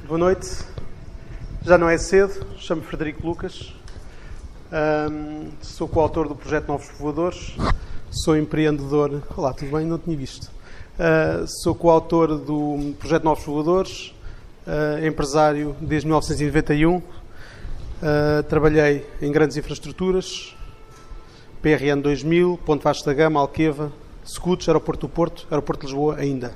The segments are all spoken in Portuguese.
Boa noite. Já não é cedo. Chamo-me Frederico Lucas. Sou coautor do projeto Novos Povoadores. Sou empreendedor. Olá, tudo bem? Não tinha visto. Sou coautor do projeto Novos Povoadores. Empresário desde 1991. Trabalhei em grandes infraestruturas. PRN 2000, Ponte Vasco da Gama, Alqueva, Secudos, Aeroporto do Porto, Aeroporto de Lisboa ainda.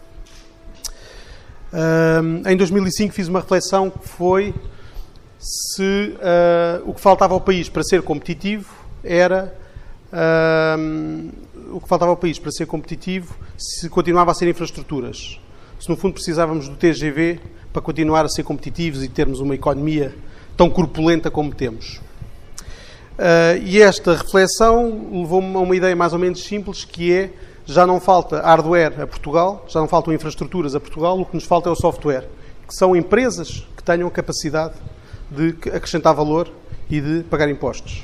Em 2005 fiz uma reflexão que foi se o que faltava ao país para ser competitivo era se continuava a ser infraestruturas. Se no fundo precisávamos do TGV para continuar a ser competitivos e termos uma economia tão corpulenta como temos. E esta reflexão levou-me a uma ideia mais ou menos simples, que é: já não falta hardware a Portugal, já não faltam infraestruturas a Portugal, o que nos falta é o software, que são empresas que tenham a capacidade de acrescentar valor e de pagar impostos.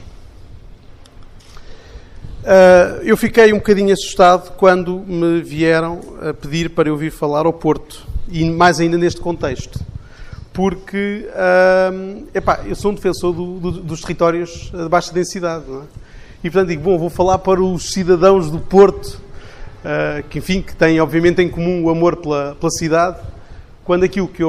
Eu fiquei um bocadinho assustado quando me vieram a pedir para eu vir falar ao Porto, e mais ainda neste contexto, porque eu sou um defensor dos territórios de baixa densidade, não é? E portanto digo, vou falar para os cidadãos do Porto, que têm obviamente em comum o amor pela cidade, quando aquilo que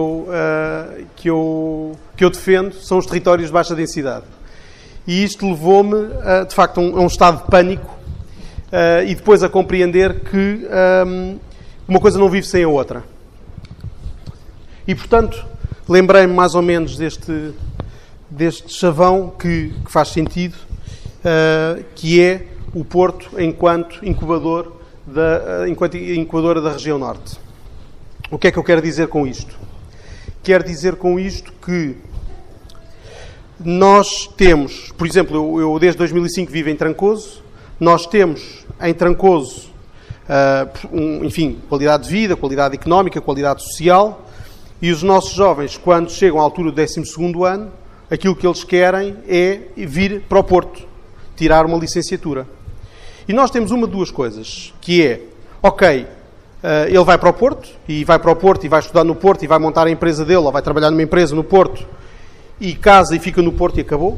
eu defendo são os territórios de baixa densidade. E isto levou-me, de facto, a um estado de pânico, e depois a compreender que uma coisa não vive sem a outra. E, portanto, lembrei-me mais ou menos deste chavão que faz sentido, que é o Porto enquanto incubadora da região norte. O que é que eu quero dizer com isto? Quero dizer com isto que nós temos, por exemplo, eu desde 2005 vivo em Trancoso, nós temos em Trancoso, qualidade de vida, qualidade económica, qualidade social, e os nossos jovens, quando chegam à altura do 12º ano, aquilo que eles querem é vir para o Porto, tirar uma licenciatura. E nós temos uma de duas coisas, que é, ele vai para o Porto e vai estudar no Porto e vai montar a empresa dele, ou vai trabalhar numa empresa no Porto e casa e fica no Porto e acabou.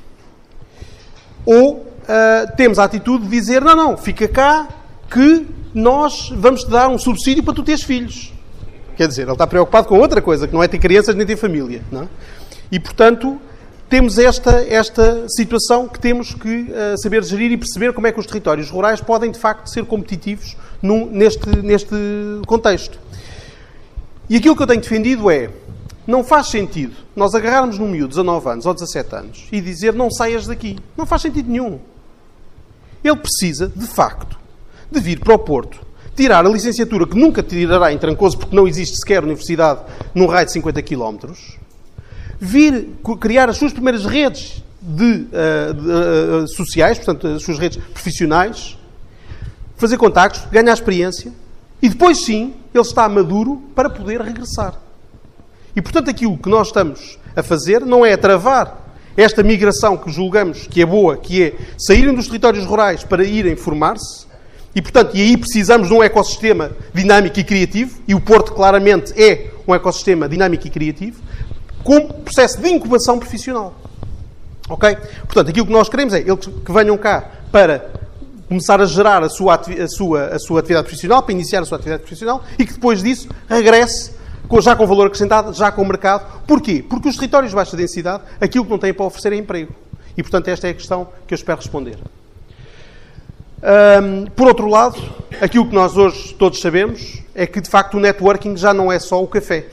Ou temos a atitude de dizer, não, fica cá que nós vamos te dar um subsídio para tu teres filhos. Quer dizer, ele está preocupado com outra coisa, que não é ter crianças nem ter família, não é? E, portanto, temos esta situação que temos que saber gerir e perceber como é que os territórios rurais podem, de facto, ser competitivos neste contexto. E aquilo que eu tenho defendido é: não faz sentido nós agarrarmos num miúdo de 19 anos ou 17 anos e dizer não saias daqui. Não faz sentido nenhum. Ele precisa, de facto, de vir para o Porto, tirar a licenciatura que nunca tirará em Trancoso, porque não existe sequer universidade num raio de 50 km, vir criar as suas primeiras redes sociais, portanto, as suas redes profissionais, fazer contactos, ganhar experiência, e depois sim, ele está maduro para poder regressar. E, portanto, aquilo que nós estamos a fazer não é travar esta migração que julgamos que é boa, que é saírem dos territórios rurais para irem formar-se, e, portanto, aí precisamos de um ecossistema dinâmico e criativo, e o Porto claramente é um ecossistema dinâmico e criativo, com processo de incubação profissional. Ok? Portanto, aquilo que nós queremos é eles que venham cá para começar a gerar a sua atividade profissional, para iniciar a sua atividade profissional, e que depois disso regresse já com valor acrescentado, já com o mercado. Porquê? Porque os territórios de baixa densidade, aquilo que não têm para oferecer é emprego. E, portanto, esta é a questão que eu espero responder. Por outro lado, aquilo que nós hoje todos sabemos é que, de facto, o networking já não é só o café.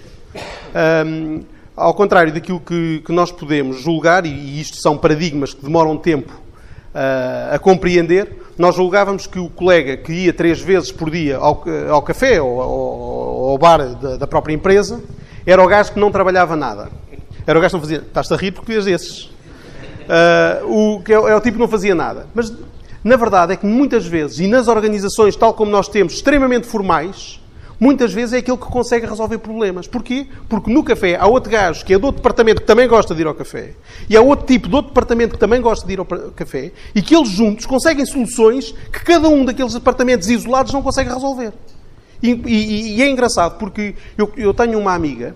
Ao contrário daquilo que nós podemos julgar, e isto são paradigmas que demoram tempo a compreender, nós julgávamos que o colega que ia 3 vezes por dia ao café ou ao bar da própria empresa era o gajo que não trabalhava nada. Era o gajo que não fazia... Estás-te a rir porque vês desses. É o tipo que não fazia nada. Mas, na verdade, é que muitas vezes, e nas organizações tal como nós temos, extremamente formais, muitas vezes é aquele que consegue resolver problemas. Porquê? Porque no café há outro gajo que é de outro departamento que também gosta de ir ao café, e há outro tipo de outro departamento que também gosta de ir ao café, e que eles juntos conseguem soluções que cada um daqueles departamentos isolados não consegue resolver. E é engraçado porque eu tenho uma amiga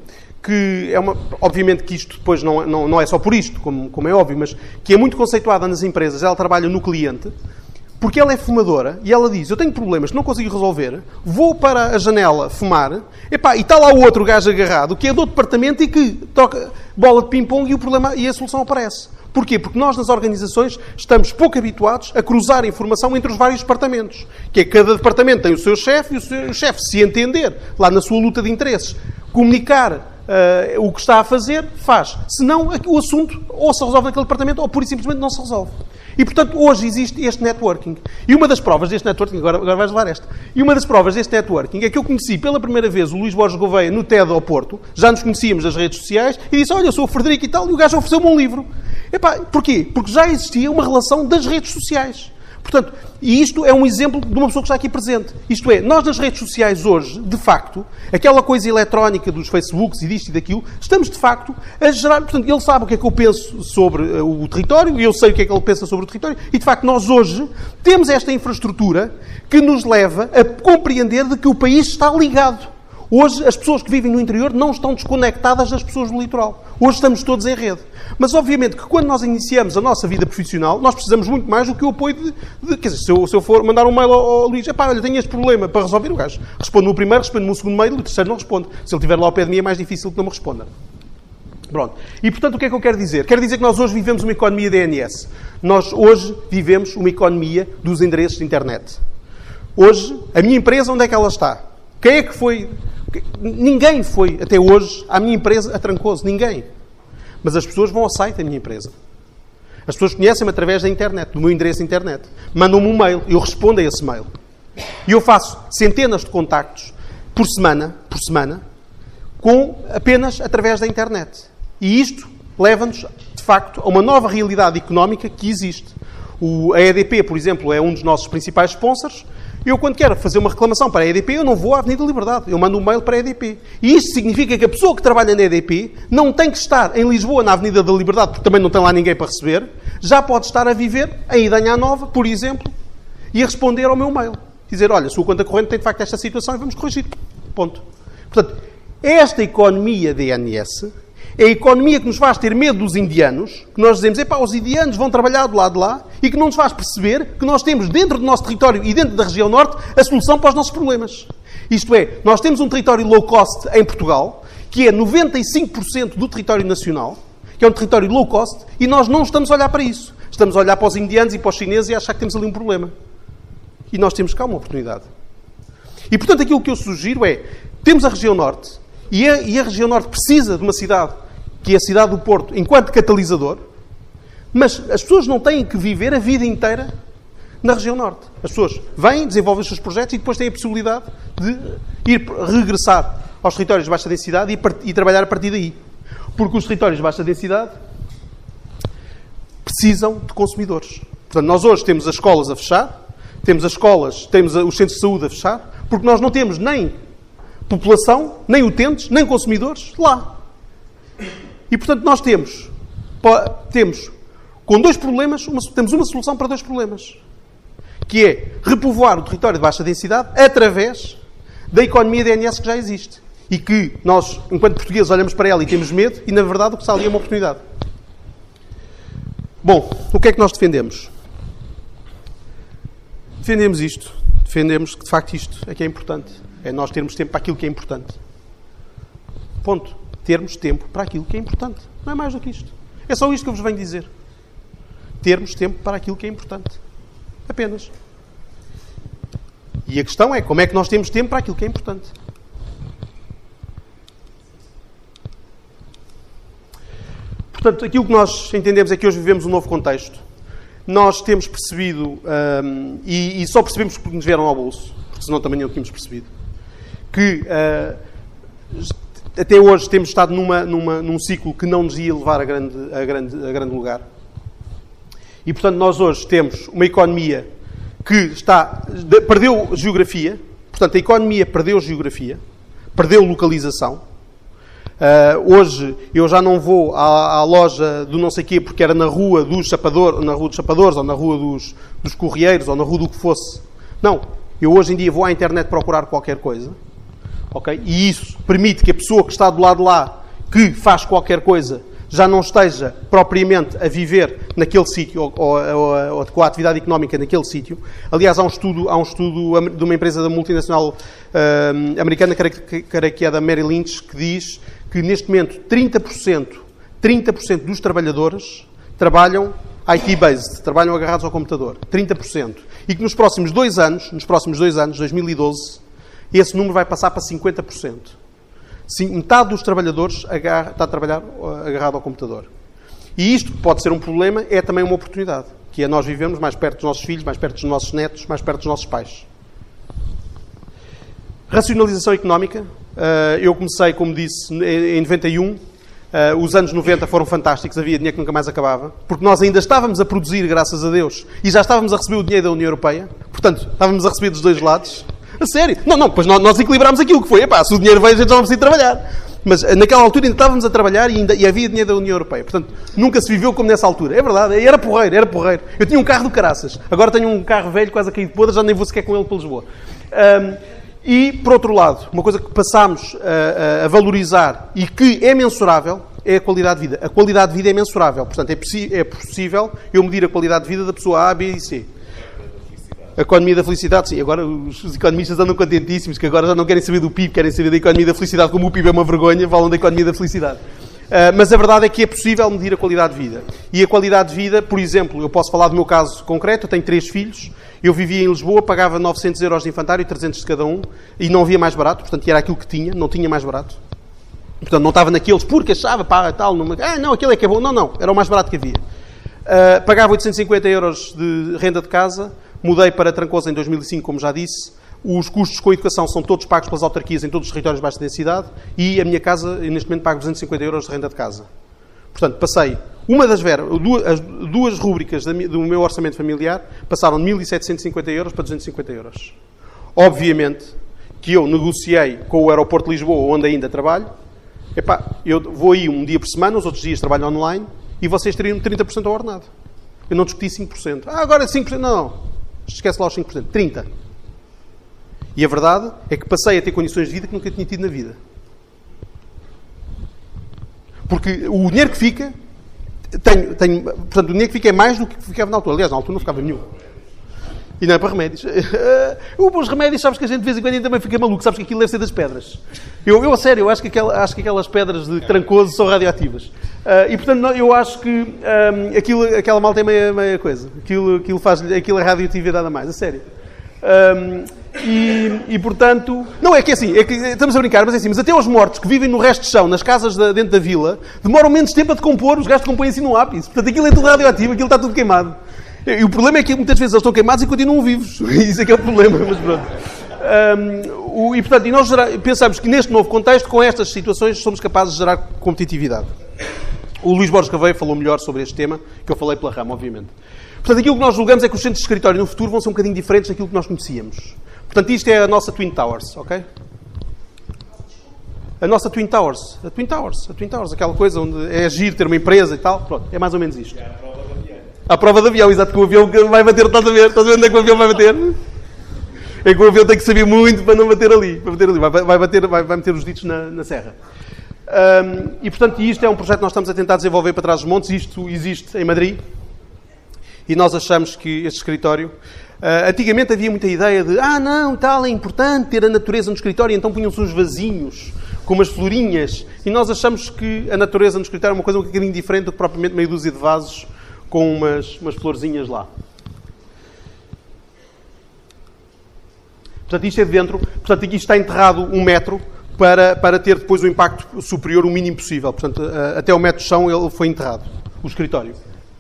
que é obviamente que isto depois não é só por isto, como é óbvio, mas que é muito conceituada nas empresas. Ela trabalha no cliente, porque ela é fumadora e ela diz, eu tenho problemas que não consigo resolver, vou para a janela fumar, e está lá o outro gajo agarrado, que é do departamento e que toca bola de ping-pong e o problema e a solução aparece. Porquê? Porque nós nas organizações estamos pouco habituados a cruzar informação entre os vários departamentos. Que é que cada departamento tem o seu chefe e o seu chefe, se entender, lá na sua luta de interesses, comunicar o que está a fazer, faz. Senão, o assunto ou se resolve naquele departamento ou pura e simplesmente não se resolve. E, portanto, hoje existe este networking. E uma das provas deste networking, agora vais levar esta, e uma das provas deste networking é que eu conheci pela primeira vez o Luís Borges Gouveia no TED ao Porto, já nos conhecíamos nas redes sociais, e disse, olha, eu sou o Frederico e tal, e o gajo ofereceu-me um livro. Porquê? Porque já existia uma relação das redes sociais. Portanto, e isto é um exemplo de uma pessoa que está aqui presente. Isto é, nós nas redes sociais hoje, de facto, aquela coisa eletrónica dos Facebooks e disto e daquilo, estamos de facto a gerar... Portanto, ele sabe o que é que eu penso sobre o território, e eu sei o que é que ele pensa sobre o território, e de facto nós hoje temos esta infraestrutura que nos leva a compreender de que o país está ligado. Hoje, as pessoas que vivem no interior não estão desconectadas das pessoas do litoral. Hoje estamos todos em rede. Mas, obviamente, que quando nós iniciamos a nossa vida profissional, nós precisamos muito mais do que o apoio quer dizer, se eu for mandar um mail ao Luís, olha, tenho este problema para resolver, o gajo responde no primeiro, responde no segundo mail, e o terceiro não responde. Se ele estiver lá ao pé de mim, é mais difícil que não me responda. Pronto. E, portanto, o que é que eu quero dizer? Quero dizer que nós hoje vivemos uma economia DNS. Nós hoje vivemos uma economia dos endereços de internet. Hoje, a minha empresa, onde é que ela está? Quem é que foi... Ninguém foi, até hoje, à minha empresa a Trancoso. Ninguém. Mas as pessoas vão ao site da minha empresa. As pessoas conhecem-me através da internet, do meu endereço de internet. Mandam-me um mail, eu respondo a esse mail. E eu faço centenas de contactos por semana, apenas através da internet. E isto leva-nos, de facto, a uma nova realidade económica que existe. A EDP, por exemplo, é um dos nossos principais sponsors. Eu, quando quero fazer uma reclamação para a EDP, eu não vou à Avenida Liberdade. Eu mando um mail para a EDP. E isto significa que a pessoa que trabalha na EDP não tem que estar em Lisboa, na Avenida da Liberdade, porque também não tem lá ninguém para receber. Já pode estar a viver em Idanha Nova, por exemplo, e a responder ao meu mail. Dizer, olha, a sua conta corrente tem de facto esta situação e vamos corrigir. Ponto. Portanto, esta economia DNS é a economia que nos faz ter medo dos indianos, que nós dizemos, os indianos vão trabalhar do lado de lá, e que não nos faz perceber que nós temos dentro do nosso território e dentro da região norte a solução para os nossos problemas. Isto é, nós temos um território low cost em Portugal, que é 95% do território nacional, que é um território low cost, e nós não estamos a olhar para isso. Estamos a olhar para os indianos e para os chineses e a achar que temos ali um problema. E nós temos cá uma oportunidade. E, portanto, aquilo que eu sugiro é, temos a região norte, e a região norte precisa de uma cidade, que é a cidade do Porto, enquanto catalisador, mas as pessoas não têm que viver a vida inteira na região norte. As pessoas vêm, desenvolvem os seus projetos e depois têm a possibilidade de regressar aos territórios de baixa densidade e trabalhar a partir daí. Porque os territórios de baixa densidade precisam de consumidores. Portanto, nós hoje temos as escolas a fechar, temos os centros de saúde a fechar, porque nós não temos nem população, nem utentes, nem consumidores lá. E, portanto, nós temos com dois problemas, temos uma solução para dois problemas. Que é repovoar o território de baixa densidade através da economia DNS que já existe. E que nós, enquanto portugueses, olhamos para ela e temos medo, e, na verdade, o que está ali é uma oportunidade. Bom, o que é que nós defendemos? Defendemos isto. Defendemos que, de facto, isto é que é importante. É nós termos tempo para aquilo que é importante. Ponto. Termos tempo para aquilo que é importante. Não é mais do que isto. É só isto que eu vos venho dizer. Termos tempo para aquilo que é importante. Apenas. E a questão é, como é que nós temos tempo para aquilo que é importante? Portanto, aquilo que nós entendemos é que hoje vivemos um novo contexto. Nós temos percebido, e só percebemos porque nos vieram ao bolso, porque senão também não tínhamos percebido, que até hoje temos estado num ciclo que não nos ia levar a grande lugar. E, portanto, nós hoje temos uma economia que perdeu geografia. Portanto, a economia perdeu geografia, perdeu localização. Hoje eu já não vou à loja do não sei quê porque era na rua dos Chapadores ou na rua dos Correieiros ou na rua do que fosse. Não. Eu hoje em dia vou à internet procurar qualquer coisa. Okay? E isso permite que a pessoa que está do lado de lá que faz qualquer coisa já não esteja propriamente a viver naquele sítio ou com a atividade económica naquele sítio. Aliás, há um estudo de uma empresa da multinacional americana, creio que é da Merrill Lynch, que diz que neste momento 30% dos trabalhadores trabalham IT-based, trabalham agarrados ao computador. 30%. E que nos próximos 2 anos, 2012, esse número vai passar para 50%. Metade dos trabalhadores está a trabalhar agarrado ao computador. E isto pode ser um problema, é também uma oportunidade, que é nós vivemos mais perto dos nossos filhos, mais perto dos nossos netos, mais perto dos nossos pais. Racionalização económica. Eu comecei, como disse, em 91. Os anos 90 foram fantásticos, havia dinheiro que nunca mais acabava, porque nós ainda estávamos a produzir, graças a Deus, e já estávamos a receber o dinheiro da União Europeia. Portanto, estávamos a receber dos dois lados. A sério? Não, pois nós equilibrámos aquilo que foi. Epá, se o dinheiro veio, a gente já não precisa trabalhar. Mas naquela altura ainda estávamos a trabalhar e havia dinheiro da União Europeia. Portanto, nunca se viveu como nessa altura. É verdade, era porreiro. Eu tinha um carro do caraças. Agora tenho um carro velho, quase a cair de podre, já nem vou sequer com ele para Lisboa. E, por outro lado, uma coisa que passámos a valorizar e que é mensurável é a qualidade de vida. A qualidade de vida é mensurável. Portanto, é possível eu medir a qualidade de vida da pessoa A, B e C. A economia da felicidade, sim. Agora os economistas andam contentíssimos, que agora já não querem saber do PIB, querem saber da economia da felicidade. Como o PIB é uma vergonha, falam da economia da felicidade. Mas a verdade é que é possível medir a qualidade de vida. E a qualidade de vida, por exemplo, eu posso falar do meu caso concreto, eu tenho 3 filhos, eu vivia em Lisboa, pagava 900 euros de infantário, 300 de cada um, e não havia mais barato, portanto era aquilo que tinha, não tinha mais barato. Portanto não estava naqueles, porque achava, tal, não, aquele é que é bom. Não, era o mais barato que havia. Pagava 850 euros de renda de casa, mudei para Trancoso em 2005, como já disse. Os custos com a educação são todos pagos pelas autarquias em todos os territórios de baixa densidade e a minha casa, neste momento, pago 250 euros de renda de casa. Portanto, passei as duas rúbricas do meu orçamento familiar passaram de 1.750 euros para 250 euros. Obviamente que eu negociei com o aeroporto de Lisboa, onde ainda trabalho. Eu vou aí um dia por semana, os outros dias trabalho online e vocês teriam 30% ao ordenado. Eu não discuti 5%. Agora 5%. Não. Esquece lá os 5%. 30%. E a verdade é que passei a ter condições de vida que nunca tinha tido na vida. Porque o dinheiro que fica... portanto, o dinheiro que fica é mais do que ficava na altura. Aliás, na altura não ficava nenhum. E não é para remédios. Os remédios, sabes que a gente de vez em quando também fica maluco. Sabes que aquilo deve ser das pedras. Eu a sério, acho que aquelas pedras de Trancoso são radioativas. E, portanto, eu acho que aquela malta é meia coisa. Aquilo é radioatividade a mais. A sério. E, portanto... Não, é que assim, estamos a brincar, mas é assim, mas até os mortos que vivem no resto de chão, nas casas dentro da vila, demoram menos tempo a decompor, os gajos decompõem assim num ápice. Portanto, aquilo é tudo radioativo, aquilo está tudo queimado. E o problema é que muitas vezes eles estão queimados e continuam vivos. Isso é que é o problema, mas pronto. E, portanto, nós pensamos que neste novo contexto, com estas situações, somos capazes de gerar competitividade. O Luís Borges Gaveiro falou melhor sobre este tema, que eu falei pela rama, obviamente. Portanto, aquilo que nós julgamos é que os centros de escritório no futuro vão ser um bocadinho diferentes daquilo que nós conhecíamos. Portanto, isto é a nossa Twin Towers, ok? A nossa Twin Towers. A Twin Towers, aquela coisa onde é agir, ter uma empresa e tal. Pronto, é mais ou menos isto. A prova de avião, exato, que o avião vai bater, estás a ver onde é que o avião vai bater? É que o avião tem que saber muito para não bater ali. Vai meter os ditos na serra. E, portanto, isto é um projeto que nós estamos a tentar desenvolver para trás dos montes. Isto existe em Madrid. E nós achamos que este escritório... antigamente havia muita ideia de tal, é importante ter a natureza no escritório, então punham-se uns vasinhos com umas florinhas. E nós achamos que a natureza no escritório é uma coisa um bocadinho diferente do que propriamente meia dúzia de vasos com umas florzinhas lá. Portanto, isto é de dentro. Portanto, aqui está enterrado 1 metro para ter depois o impacto superior, o mínimo possível. Portanto, até o metro de chão ele foi enterrado, o escritório.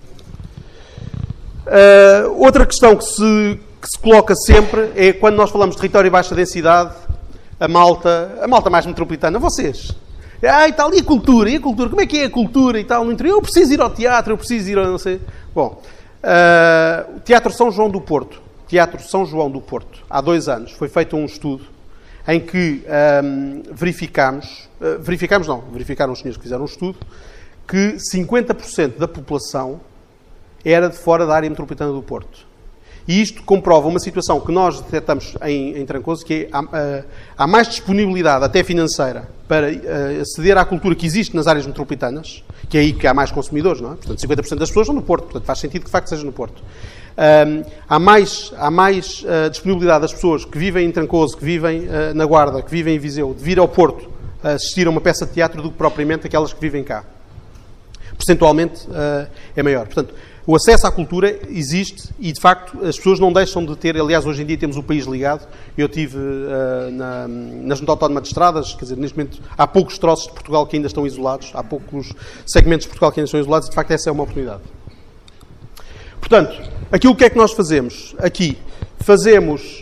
Outra questão que se coloca sempre é quando nós falamos de território de baixa densidade, a malta mais metropolitana, vocês. E tal, e a cultura? Como é que é a cultura e tal no interior? Eu preciso ir ao teatro, eu preciso ir a não sei... Bom, o Teatro São João do Porto, há 2 anos, foi feito um estudo em que verificaram os senhores que fizeram um estudo, que 50% da população era de fora da área metropolitana do Porto. E isto comprova uma situação que nós detectamos em Trancoso, que é, há mais disponibilidade, até financeira, para aceder à cultura que existe nas áreas metropolitanas, que é aí que há mais consumidores, não é? Portanto, 50% das pessoas estão no Porto, portanto faz sentido que de facto seja no Porto. Há mais disponibilidade das pessoas que vivem em Trancoso, que vivem na Guarda, que vivem em Viseu, de vir ao Porto assistir a uma peça de teatro do que propriamente aquelas que vivem cá. Percentualmente é maior. Portanto, o acesso à cultura existe e, de facto, as pessoas não deixam de ter... Aliás, hoje em dia temos o país ligado. Eu estive na Junta Autónoma de Estradas, quer dizer, neste momento há poucos troços de Portugal que ainda estão isolados, há poucos segmentos de Portugal que ainda estão isolados e, de facto, essa é uma oportunidade. Portanto, aquilo que é que nós fazemos aqui? Fazemos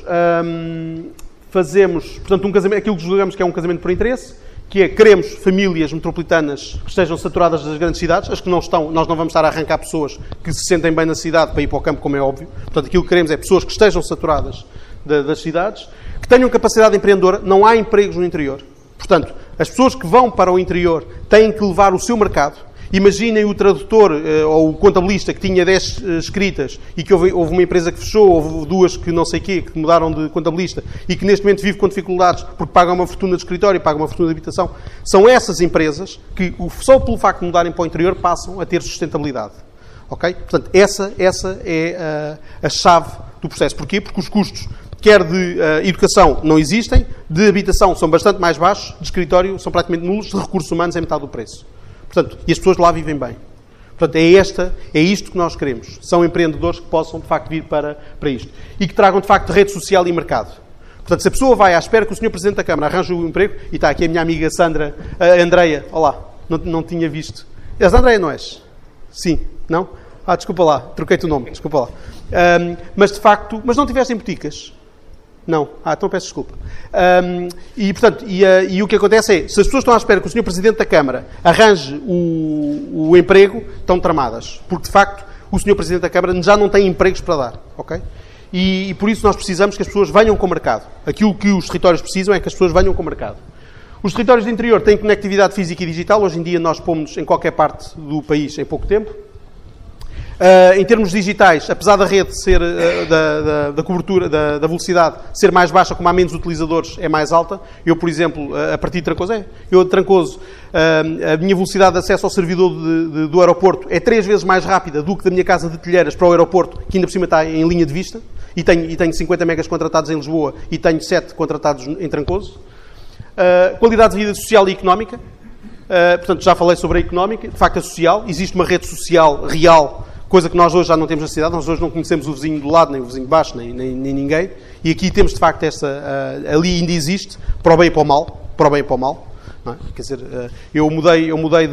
portanto, um casamento, aquilo que julgamos que é um casamento por interesse, que é, queremos famílias metropolitanas que estejam saturadas das grandes cidades, as que não estão, nós não vamos estar a arrancar pessoas que se sentem bem na cidade para ir para o campo, como é óbvio. Portanto, aquilo que queremos é pessoas que estejam saturadas das cidades, que tenham capacidade empreendedora. Não há empregos no interior. Portanto, as pessoas que vão para o interior têm que levar o seu mercado. Imaginem o tradutor ou o contabilista que tinha 10 escritas e que houve uma empresa que fechou, houve duas que não sei quê, que mudaram de contabilista e que neste momento vive com dificuldades porque pagam uma fortuna de escritório e pagam uma fortuna de habitação. São essas empresas que, só pelo facto de mudarem para o interior, passam a ter sustentabilidade. Ok? Portanto, essa é a chave do processo. Porquê? Porque os custos, quer de educação, não existem, de habitação são bastante mais baixos, de escritório são praticamente nulos, de recursos humanos é metade do preço. Portanto, e as pessoas lá vivem bem. Portanto, é isto que nós queremos. São empreendedores que possam, de facto, vir para isto. E que tragam, de facto, rede social e mercado. Portanto, se a pessoa vai à espera que o Sr. Presidente da Câmara arranje o emprego, e está aqui a minha amiga Sandra, Andreia, olá, não tinha visto. És a Andreia, não és? Sim, não? Desculpa lá, troquei-te o nome, desculpa lá. Mas, de facto, mas não tiveste em boticas? Não. Então peço desculpa. E o que acontece é, se as pessoas estão à espera que o Sr. Presidente da Câmara arranje o emprego, estão tramadas. Porque, de facto, o Sr. Presidente da Câmara já não tem empregos para dar. Ok? E por isso nós precisamos que as pessoas venham com o mercado. Aquilo que os territórios precisam é que as pessoas venham com o mercado. Os territórios do interior têm conectividade física e digital. Hoje em dia nós pomos em qualquer parte do país em pouco tempo. Em termos digitais, apesar da rede ser, da cobertura, da velocidade ser mais baixa, como há menos utilizadores, é mais alta. Eu, por exemplo, a partir de Trancoso, de Trancoso, a minha velocidade de acesso ao servidor do aeroporto é 3 vezes mais rápida do que da minha casa de Telheiras para o aeroporto, que ainda por cima está em linha de vista, e tenho 50 megas contratados em Lisboa e tenho 7 contratados em Trancoso. Qualidade de vida social e económica. Portanto, já falei sobre a económica, de facto a social. Existe uma rede social real, coisa que nós hoje já não temos na cidade. Nós hoje não conhecemos o vizinho do lado, nem o vizinho de baixo, nem ninguém. E aqui temos, de facto, ali ainda existe, para o bem e para o mal. Para o bem e para o mal. Não é? Quer dizer, eu mudei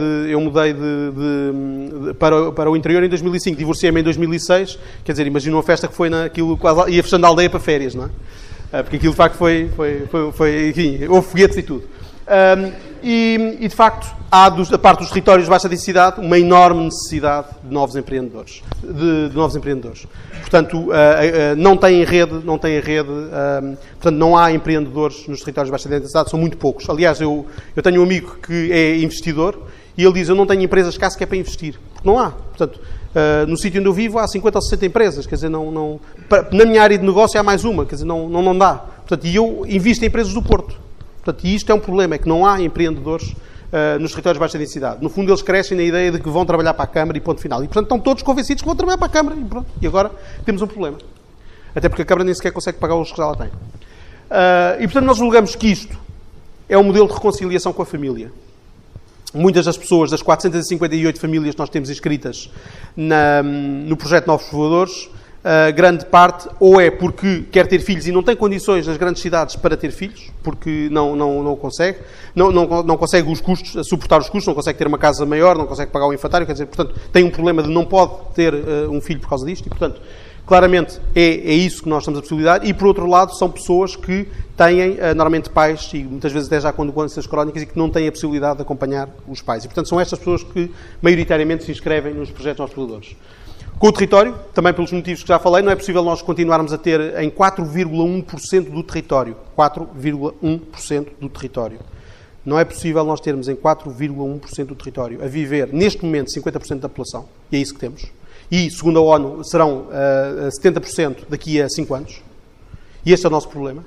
para o interior em 2005, divorciei-me em 2006. Quer dizer, imagina uma festa que foi naquilo, quase ia fechando a aldeia para férias, não é? Porque aquilo, de facto, foi enfim, houve foguetes e tudo. E, de facto, há, da parte dos territórios de baixa densidade, uma enorme necessidade de novos empreendedores. Portanto, não têm rede, portanto, não há empreendedores nos territórios de baixa densidade, são muito poucos. Aliás, eu tenho um amigo que é investidor e ele diz, eu não tenho empresas cá sequer para investir. Porque não há. Portanto, no sítio onde eu vivo há 50 ou 60 empresas, quer dizer, na minha área de negócio há mais uma, quer dizer, não dá. Portanto, e eu invisto em empresas do Porto. Portanto, e isto é um problema, é que não há empreendedores nos territórios de baixa densidade. No fundo, eles crescem na ideia de que vão trabalhar para a Câmara e ponto final. E, portanto, estão todos convencidos que vão trabalhar para a Câmara. E pronto. E agora temos um problema. Até porque a Câmara nem sequer consegue pagar os que já lá tem. E, portanto, nós julgamos que isto é um modelo de reconciliação com a família. Muitas das pessoas, das 458 famílias que nós temos inscritas no projeto Novos Povoadores, grande parte ou é porque quer ter filhos e não tem condições nas grandes cidades para ter filhos, porque não consegue, não consegue os custos, suportar os custos, não consegue ter uma casa maior, não consegue pagar o infantário, quer dizer, portanto, tem um problema de não pode ter um filho por causa disto e, portanto, claramente é isso que nós estamos a possibilitar. E, por outro lado, são pessoas que têm, normalmente, pais, e muitas vezes até já com doenças crónicas, e que não têm a possibilidade de acompanhar os pais. E, portanto, são estas pessoas que, maioritariamente, se inscrevem nos projetos Novos Povoadores. Com o território, também pelos motivos que já falei, não é possível nós continuarmos a ter em 4,1% do território. 4,1% do território. Não é possível nós termos em 4,1% do território a viver, neste momento, 50% da população. E é isso que temos. e, segundo a ONU, serão 70% daqui a 5 anos. E este é o nosso problema.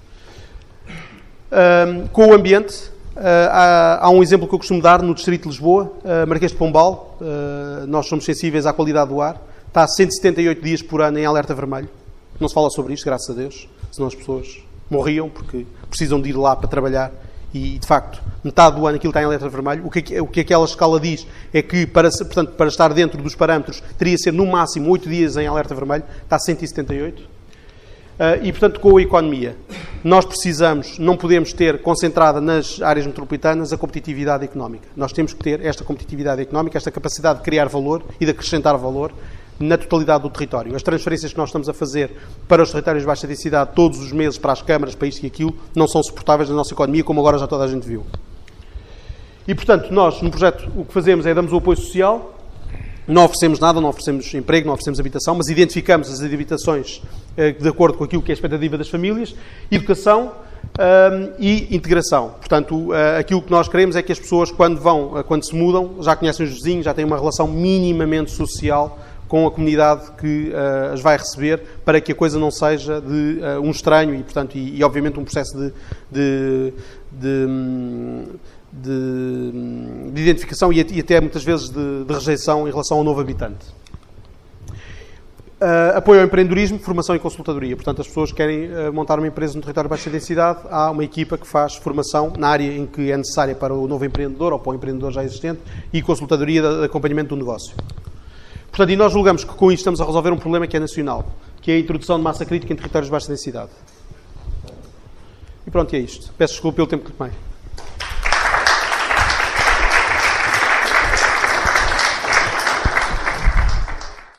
Com o ambiente, há um exemplo que eu costumo dar no Distrito de Lisboa, Marquês de Pombal. Nós somos sensíveis à qualidade do ar. Está 178 dias por ano em alerta vermelho. Não se fala sobre isto, graças a Deus, senão as pessoas morriam porque precisam de ir lá para trabalhar e, de facto, metade do ano aquilo está em alerta vermelho. O que aquela escala diz é que, portanto, para estar dentro dos parâmetros, teria de ser no máximo 8 dias em alerta vermelho. Está 178. E, portanto, com a economia, nós precisamos, não podemos ter concentrada nas áreas metropolitanas a competitividade económica. Nós temos que ter esta competitividade económica, esta capacidade de criar valor e de acrescentar valor na totalidade do território. As transferências que nós estamos a fazer para os territórios de baixa densidade todos os meses, para as câmaras, para isto e aquilo, não são suportáveis na nossa economia, como agora já toda a gente viu. E, portanto, nós, no projeto, o que fazemos é damos o apoio social. Não oferecemos nada, não oferecemos emprego, não oferecemos habitação, mas identificamos as habitações de acordo com aquilo que é a expectativa das famílias, educação e integração. Portanto, aquilo que nós queremos é que as pessoas, quando se mudam, já conhecem os vizinhos, já têm uma relação minimamente social com a comunidade que as vai receber, para que a coisa não seja de um estranho e, portanto, e obviamente um processo de identificação e até muitas vezes de rejeição em relação ao novo habitante. Apoio ao empreendedorismo, formação e consultadoria. Portanto, as pessoas que querem montar uma empresa no território de baixa densidade, há uma equipa que faz formação na área em que é necessária para o novo empreendedor ou para o empreendedor já existente e consultadoria de acompanhamento do negócio. Portanto, e nós julgamos que com isto estamos a resolver um problema que é nacional, que é a introdução de massa crítica em territórios de baixa densidade. E pronto, é isto. Peço desculpa pelo tempo que tomei.